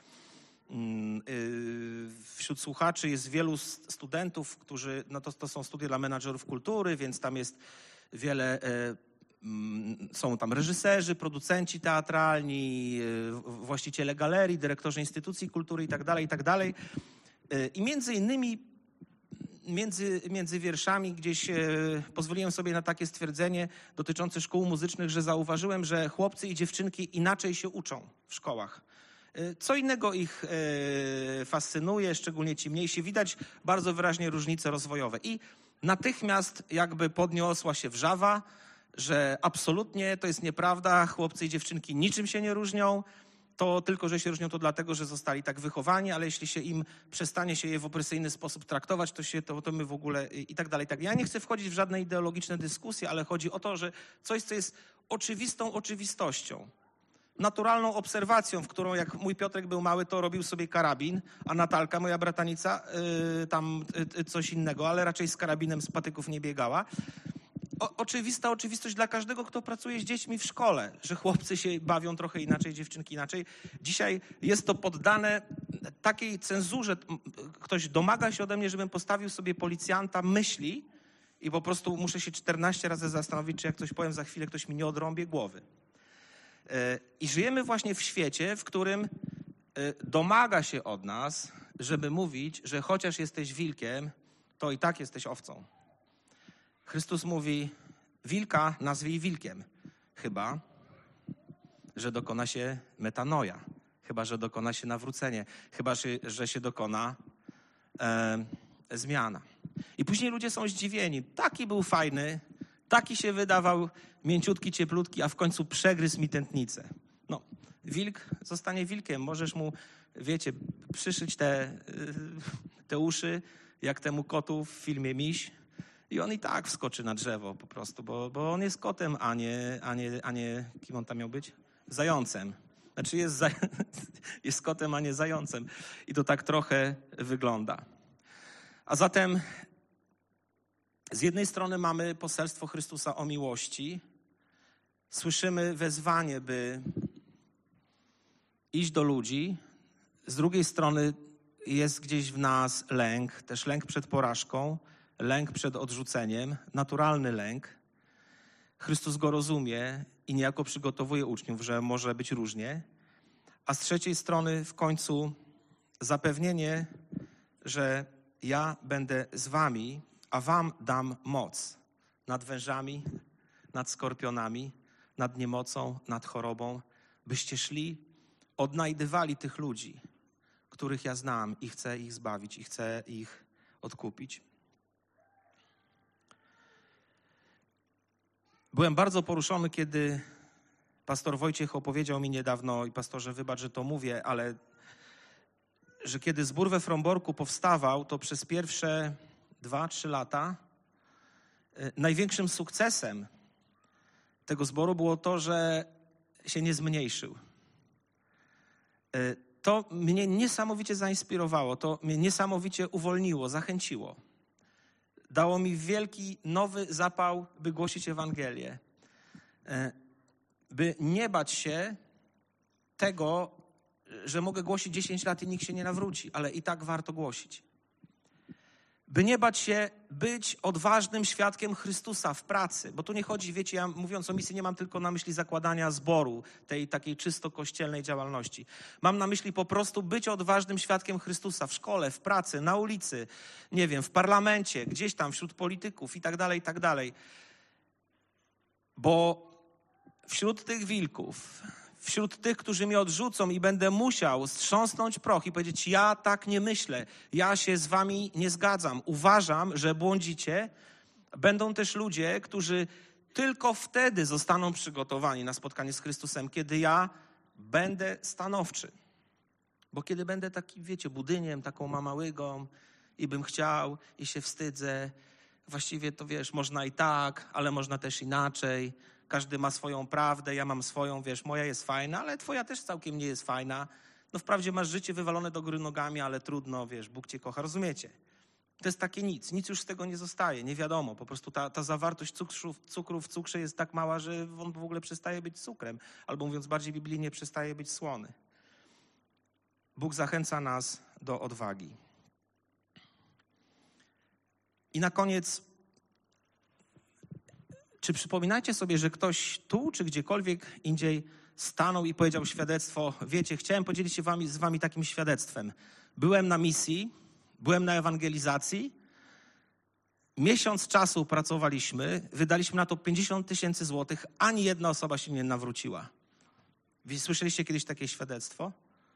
wśród słuchaczy jest wielu studentów, którzy, no to, to są studia dla menadżerów kultury, więc tam jest wiele, są tam reżyserzy, producenci teatralni, właściciele galerii, dyrektorzy instytucji kultury i tak dalej, i tak dalej. I między innymi między, między wierszami gdzieś pozwoliłem sobie na takie stwierdzenie dotyczące szkół muzycznych, że zauważyłem, że chłopcy i dziewczynki inaczej się uczą w szkołach. Co innego ich fascynuje, szczególnie ci mniejsi. Widać bardzo wyraźnie różnice rozwojowe. I natychmiast jakby podniosła się wrzawa, że absolutnie to jest nieprawda, chłopcy i dziewczynki niczym się nie różnią, to tylko, że się różnią to dlatego, że zostali tak wychowani, ale jeśli się im przestanie się je w opresyjny sposób traktować, to, się, to, to my w ogóle i tak dalej. Tak. Ja nie chcę wchodzić w żadne ideologiczne dyskusje, ale chodzi o to, że coś, co jest oczywistą oczywistością, naturalną obserwacją, w którą jak mój Piotrek był mały, to robił sobie karabin, a Natalka, moja bratanica, yy, tam yy, coś innego, ale raczej z karabinem z patyków nie biegała. O, oczywista oczywistość dla każdego, kto pracuje z dziećmi w szkole, że chłopcy się bawią trochę inaczej, dziewczynki inaczej. Dzisiaj jest to poddane takiej cenzurze. Ktoś domaga się ode mnie, żebym postawił sobie policjanta myśli i po prostu muszę się czternaście razy zastanowić, czy jak coś powiem za chwilę, ktoś mi nie odrąbie głowy. I żyjemy właśnie w świecie, w którym domaga się od nas, żeby mówić, że chociaż jesteś wilkiem, to i tak jesteś owcą. Chrystus mówi, Wilka nazwij wilkiem. Chyba, że dokona się metanoja. Chyba, że dokona się nawrócenie. Chyba, że się dokona e, zmiana. I później ludzie są zdziwieni. Taki był fajny, taki się wydawał mięciutki, cieplutki, a w końcu przegryzł mi tętnicę. No, wilk zostanie wilkiem. Możesz mu, wiecie, przyszyć te, te uszy, jak temu kotu w filmie Miś. I on i tak wskoczy na drzewo po prostu, bo, bo on jest kotem, a nie, a, nie, a nie... Kim on tam miał być? Zającem. Znaczy jest, za, jest kotem, a nie zającem. I to tak trochę wygląda. A zatem z jednej strony mamy poselstwo Chrystusa o miłości. Słyszymy wezwanie, by iść do ludzi. Z drugiej strony jest gdzieś w nas lęk, też lęk przed porażką, lęk przed odrzuceniem, naturalny lęk. Chrystus go rozumie i niejako przygotowuje uczniów, że może być różnie. A z trzeciej strony w końcu zapewnienie, że ja będę z wami, a wam dam moc nad wężami, nad skorpionami, nad niemocą, nad chorobą, byście szli, odnajdywali tych ludzi, których ja znam i chcę ich zbawić i chcę ich odkupić. Byłem bardzo poruszony, kiedy pastor Wojciech opowiedział mi niedawno, i pastorze, wybacz, że to mówię, ale że kiedy zbór we Fromborku powstawał, to przez pierwsze dwa, trzy lata największym sukcesem tego zboru było to, że się nie zmniejszył. To mnie niesamowicie zainspirowało, to mnie niesamowicie uwolniło, zachęciło. Dało mi wielki, nowy zapał, by głosić Ewangelię. By nie bać się tego, że mogę głosić dziesięć lat i nikt się nie nawróci, ale i tak warto głosić. By nie bać się być odważnym świadkiem Chrystusa w pracy, bo tu nie chodzi, wiecie, ja mówiąc o misji nie mam tylko na myśli zakładania zboru, tej takiej czysto kościelnej działalności. Mam na myśli po prostu być odważnym świadkiem Chrystusa w szkole, w pracy, na ulicy, nie wiem, w parlamencie, gdzieś tam wśród polityków i tak dalej, i tak dalej. Bo wśród tych wilków, wśród tych, którzy mnie odrzucą i będę musiał strząsnąć proch i powiedzieć, ja tak nie myślę, ja się z wami nie zgadzam, uważam, że błądzicie, będą też ludzie, którzy tylko wtedy zostaną przygotowani na spotkanie z Chrystusem, kiedy ja będę stanowczy. Bo kiedy będę taki, wiecie, budyniem, taką mamałygą i bym chciał i się wstydzę, właściwie to wiesz, można i tak, ale można też inaczej. Każdy ma swoją prawdę, ja mam swoją, wiesz, moja jest fajna, ale twoja też całkiem nie jest fajna. No wprawdzie masz życie wywalone do góry nogami, ale trudno, wiesz, Bóg cię kocha, rozumiecie? To jest takie nic, nic już z tego nie zostaje, nie wiadomo. Po prostu ta, ta zawartość cukru, cukru w cukrze jest tak mała, że on w ogóle przestaje być cukrem. Albo mówiąc bardziej biblijnie, przestaje być słony. Bóg zachęca nas do odwagi. I na koniec, czy przypominacie sobie, że ktoś tu, czy gdziekolwiek indziej stanął i powiedział świadectwo, wiecie, chciałem podzielić się wami, z wami takim świadectwem. Byłem na misji, byłem na ewangelizacji, miesiąc czasu pracowaliśmy, wydaliśmy na to pięćdziesiąt tysięcy złotych, ani jedna osoba się nie nawróciła. Wy słyszeliście kiedyś takie świadectwo?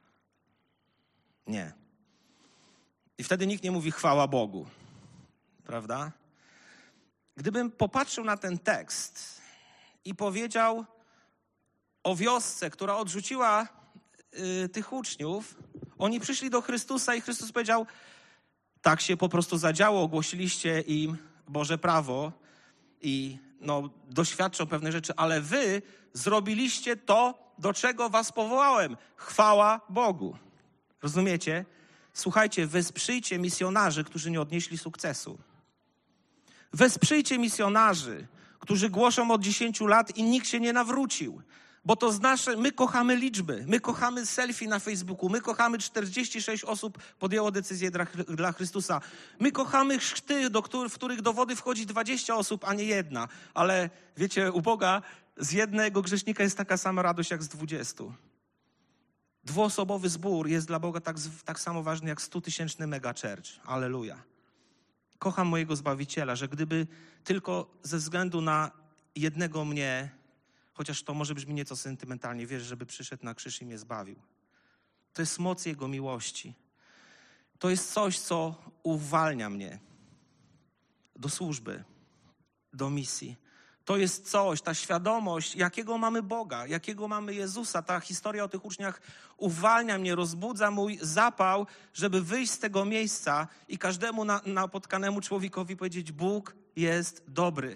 Nie. I wtedy nikt nie mówi chwała Bogu, prawda? Gdybym popatrzył na ten tekst i powiedział o wiosce, która odrzuciła y, tych uczniów, oni przyszli do Chrystusa i Chrystus powiedział, tak się po prostu zadziało, ogłosiliście im Boże prawo i no, doświadczą pewne rzeczy, ale wy zrobiliście to, do czego was powołałem. Chwała Bogu. Rozumiecie? Słuchajcie, wesprzyjcie misjonarzy, którzy nie odnieśli sukcesu. Wesprzyjcie misjonarzy, którzy głoszą od dziesięciu lat i nikt się nie nawrócił. Bo to znaczy, my kochamy liczby, my kochamy selfie na Facebooku, my kochamy czterdzieści sześć osób podjęło decyzję dla, dla Chrystusa. My kochamy chrzty, do których, w których do wody wchodzi dwadzieścia osób, a nie jedna. Ale wiecie, u Boga z jednego grzesznika jest taka sama radość jak z dwudziestu. Dwuosobowy zbór jest dla Boga tak, tak samo ważny jak stutysięczny mega church. Alleluja. Kocham mojego Zbawiciela, że gdyby tylko ze względu na jednego mnie, chociaż to może brzmi nieco sentymentalnie, wierzę, żeby przyszedł na krzyż i mnie zbawił. To jest moc Jego miłości. To jest coś, co uwalnia mnie do służby, do misji. To jest coś, ta świadomość, jakiego mamy Boga, jakiego mamy Jezusa. Ta historia o tych uczniach uwalnia mnie, rozbudza mój zapał, żeby wyjść z tego miejsca i każdemu na, napotkanemu człowiekowi powiedzieć: Bóg jest dobry.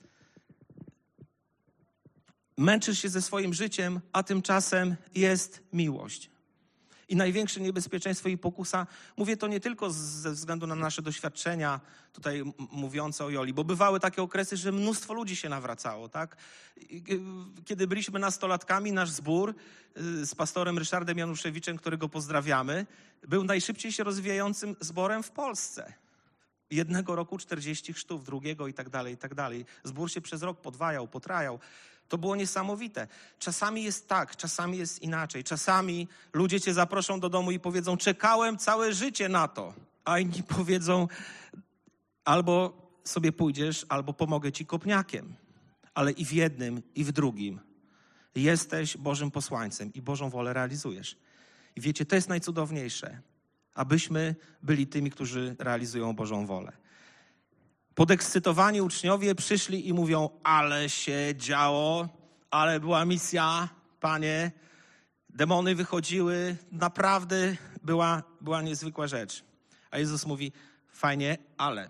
Męczysz się ze swoim życiem, a tymczasem jest miłość. I największe niebezpieczeństwo i pokusa, mówię to nie tylko ze względu na nasze doświadczenia, tutaj m- mówiące o Joli, bo bywały takie okresy, że mnóstwo ludzi się nawracało, tak? Kiedy byliśmy nastolatkami, nasz zbór z pastorem Ryszardem Januszewiczem, którego pozdrawiamy, był najszybciej się rozwijającym zborem w Polsce. Jednego roku czterdzieści chrztów, drugiego i tak dalej, i tak dalej. Zbór się przez rok podwajał, potrajał. To było niesamowite. Czasami jest tak, czasami jest inaczej. Czasami ludzie cię zaproszą do domu i powiedzą: czekałem całe życie na to. A inni powiedzą: albo sobie pójdziesz, albo pomogę ci kopniakiem. Ale i w jednym, i w drugim jesteś Bożym posłańcem i Bożą wolę realizujesz. I wiecie, to jest najcudowniejsze, abyśmy byli tymi, którzy realizują Bożą wolę. Podekscytowani uczniowie przyszli i mówią: ale się działo, ale była misja, Panie, demony wychodziły, naprawdę była, była niezwykła rzecz. A Jezus mówi: fajnie, ale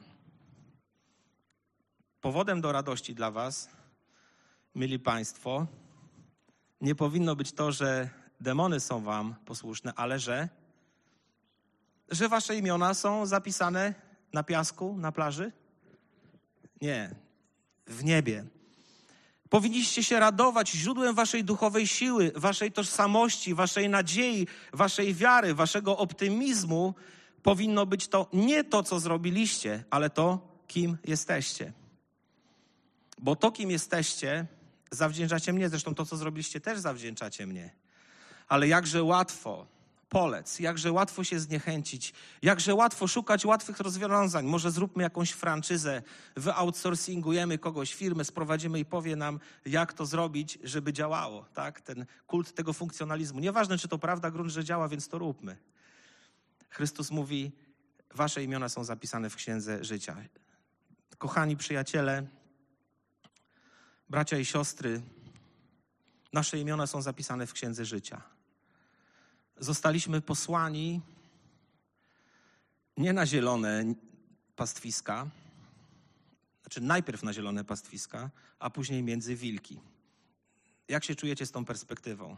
powodem do radości dla was, mili Państwo, nie powinno być to, że demony są wam posłuszne, ale że, że wasze imiona są zapisane na piasku, na plaży. Nie, w niebie. Powinniście się radować. Źródłem waszej duchowej siły, waszej tożsamości, waszej nadziei, waszej wiary, waszego optymizmu powinno być to nie to, co zrobiliście, ale to, kim jesteście. Bo to, kim jesteście, zawdzięczacie mnie. Zresztą to, co zrobiliście, też zawdzięczacie mnie. Ale jakże łatwo polec, jakże łatwo się zniechęcić, jakże łatwo szukać łatwych rozwiązań. Może zróbmy jakąś franczyzę, wyoutsourcingujemy kogoś, firmę, sprowadzimy i powie nam, jak to zrobić, żeby działało. Tak? Ten kult tego funkcjonalizmu. Nieważne, czy to prawda, grunt, że działa, więc to róbmy. Chrystus mówi: wasze imiona są zapisane w Księdze Życia. Kochani przyjaciele, bracia i siostry, nasze imiona są zapisane w Księdze Życia. Zostaliśmy posłani nie na zielone pastwiska, znaczy najpierw na zielone pastwiska, a później między wilki. Jak się czujecie z tą perspektywą?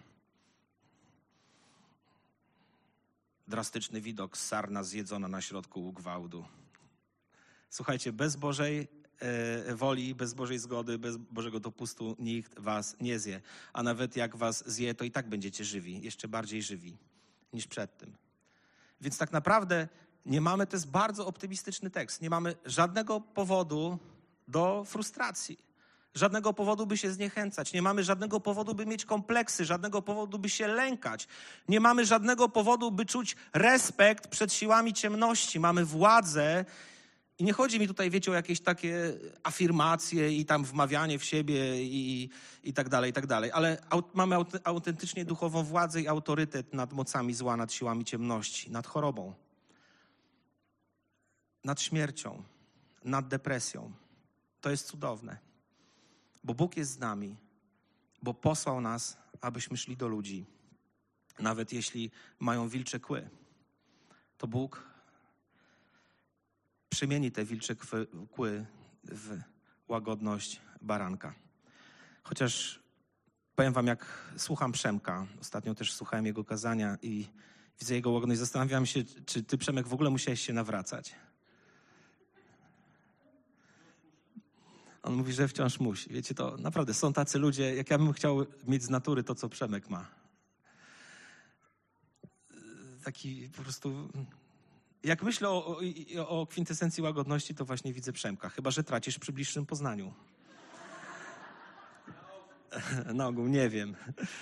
Drastyczny widok, sarna zjedzona na środku gwałtu. Słuchajcie, bez Bożej e, woli, bez Bożej zgody, bez Bożego dopustu nikt was nie zje. A nawet jak was zje, to i tak będziecie żywi, jeszcze bardziej żywi niż przed tym. Więc tak naprawdę nie mamy, to jest bardzo optymistyczny tekst, nie mamy żadnego powodu do frustracji, żadnego powodu, by się zniechęcać, nie mamy żadnego powodu, by mieć kompleksy, żadnego powodu, by się lękać, nie mamy żadnego powodu, by czuć respekt przed siłami ciemności. Mamy władzę i nie chodzi mi tutaj, wiecie, o jakieś takie afirmacje i tam wmawianie w siebie i, i tak dalej, i tak dalej, ale aut, mamy aut, autentycznie duchową władzę i autorytet nad mocami zła, nad siłami ciemności, nad chorobą, nad śmiercią, nad depresją. To jest cudowne, bo Bóg jest z nami, bo posłał nas, abyśmy szli do ludzi, nawet jeśli mają wilcze kły. To Bóg przemieni te wilcze kły w łagodność baranka. Chociaż powiem wam, jak słucham Przemka, ostatnio też słuchałem jego kazania i widzę jego łagodność, zastanawiam się, czy ty, Przemek, w ogóle musiałeś się nawracać. On mówi, że wciąż musi. Wiecie, to naprawdę są tacy ludzie, jak ja bym chciał mieć z natury to, co Przemek ma. Taki po prostu... Jak myślę o, o, o kwintesencji łagodności, to właśnie widzę Przemka. Chyba że tracisz przy bliższym poznaniu. Na ogół, nie wiem.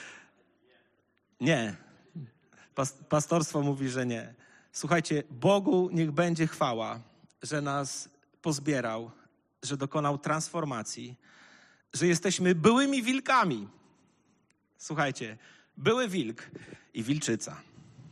Nie. Pastorstwo mówi, że nie. Słuchajcie, Bogu niech będzie chwała, że nas pozbierał, że dokonał transformacji, że jesteśmy byłymi wilkami. Słuchajcie, były wilk i wilczyca.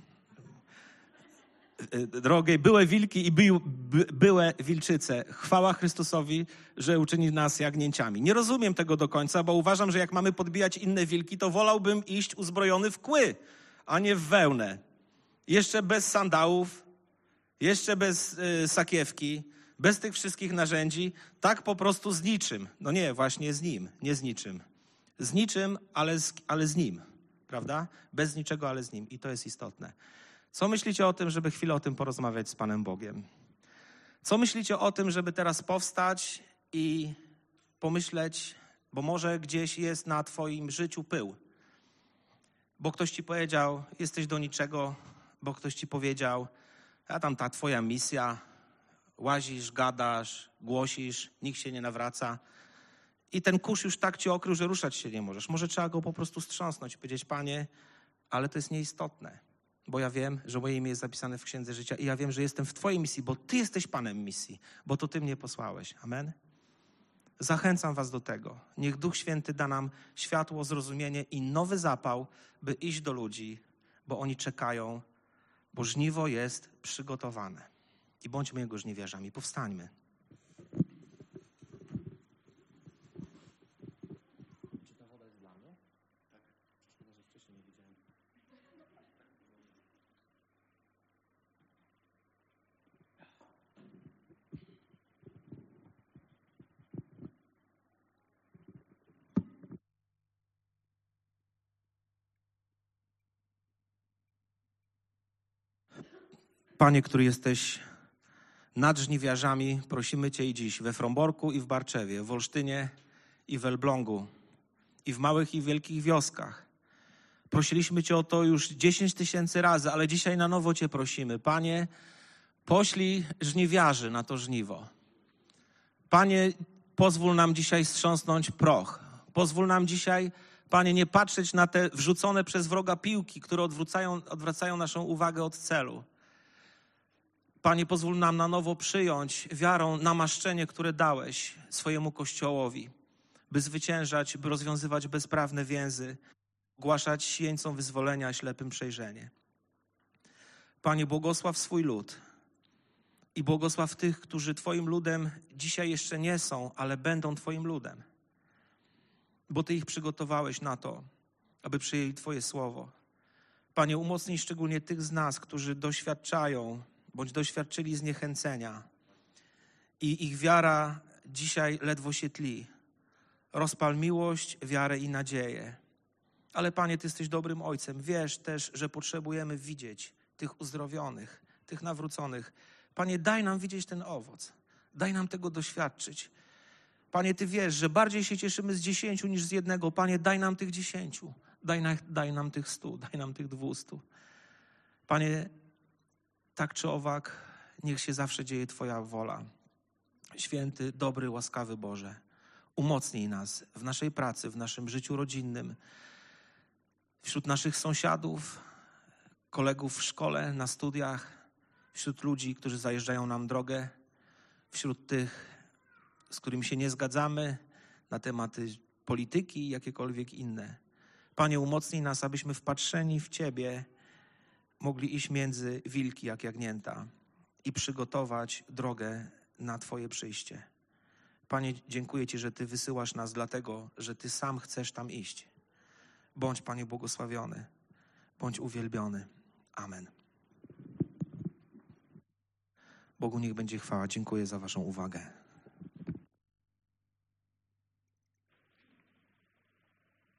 Drogie, były wilki i by, by, były wilczyce. Chwała Chrystusowi, że uczyni nas jagnięciami. Nie rozumiem tego do końca, bo uważam, że jak mamy podbijać inne wilki, to wolałbym iść uzbrojony w kły, a nie w wełnę. Jeszcze bez sandałów, jeszcze bez y, sakiewki, bez tych wszystkich narzędzi, tak po prostu z niczym. No nie, właśnie z nim, nie z niczym. Z niczym, ale z, ale z nim, prawda? Bez niczego, ale z nim. I to jest istotne. Co myślicie o tym, żeby chwilę o tym porozmawiać z Panem Bogiem? Co myślicie o tym, żeby teraz powstać i pomyśleć, bo może gdzieś jest na twoim życiu pył? Bo ktoś ci powiedział, jesteś do niczego, bo ktoś ci powiedział, a tam ta twoja misja, łazisz, gadasz, głosisz, nikt się nie nawraca. I ten kurz już tak cię okrył, że ruszać się nie możesz. Może trzeba go po prostu strząsnąć i powiedzieć, Panie, ale to jest nieistotne. Bo ja wiem, że moje imię jest zapisane w Księdze Życia i ja wiem, że jestem w Twojej misji, bo Ty jesteś Panem misji, bo to Ty mnie posłałeś. Amen? Zachęcam was do tego. Niech Duch Święty da nam światło, zrozumienie i nowy zapał, by iść do ludzi, bo oni czekają, bo żniwo jest przygotowane. I bądźmy Jego żniwiarzami. Powstańmy. Panie, który jesteś nad żniwiarzami, prosimy Cię i dziś we Fromborku i w Barczewie, w Olsztynie i w Elblągu, i w małych i wielkich wioskach. Prosiliśmy Cię o to już dziesięć tysięcy razy, ale dzisiaj na nowo Cię prosimy. Panie, poślij żniwiarzy na to żniwo. Panie, pozwól nam dzisiaj strząsnąć proch. Pozwól nam dzisiaj, Panie, nie patrzeć na te wrzucone przez wroga piłki, które odwracają, odwracają naszą uwagę od celu. Panie, pozwól nam na nowo przyjąć wiarą namaszczenie, które dałeś swojemu Kościołowi, by zwyciężać, by rozwiązywać bezprawne więzy, ogłaszać jeńcom wyzwolenia, ślepym przejrzenie. Panie, błogosław swój lud i błogosław tych, którzy Twoim ludem dzisiaj jeszcze nie są, ale będą Twoim ludem, bo Ty ich przygotowałeś na to, aby przyjęli Twoje słowo. Panie, umocnij szczególnie tych z nas, którzy doświadczają bądź doświadczyli zniechęcenia i ich wiara dzisiaj ledwo się tli. Rozpal miłość, wiarę i nadzieję. Ale Panie, Ty jesteś dobrym Ojcem. Wiesz też, że potrzebujemy widzieć tych uzdrowionych, tych nawróconych. Panie, daj nam widzieć ten owoc. Daj nam tego doświadczyć. Panie, Ty wiesz, że bardziej się cieszymy z dziesięciu niż z jednego. Panie, daj nam tych dziesięciu. Daj, na, daj nam tych stu. Daj nam tych dwustu. Panie, tak czy owak, niech się zawsze dzieje Twoja wola. Święty, dobry, łaskawy Boże, umocnij nas w naszej pracy, w naszym życiu rodzinnym, wśród naszych sąsiadów, kolegów w szkole, na studiach, wśród ludzi, którzy zajeżdżają nam drogę, wśród tych, z którymi się nie zgadzamy na tematy polityki i jakiekolwiek inne. Panie, umocnij nas, abyśmy wpatrzeni w Ciebie mogli iść między wilki jak jagnięta i przygotować drogę na Twoje przyjście. Panie, dziękuję Ci, że Ty wysyłasz nas dlatego, że Ty sam chcesz tam iść. Bądź, Panie, błogosławiony. Bądź uwielbiony. Amen. Bogu niech będzie chwała. Dziękuję za Waszą uwagę.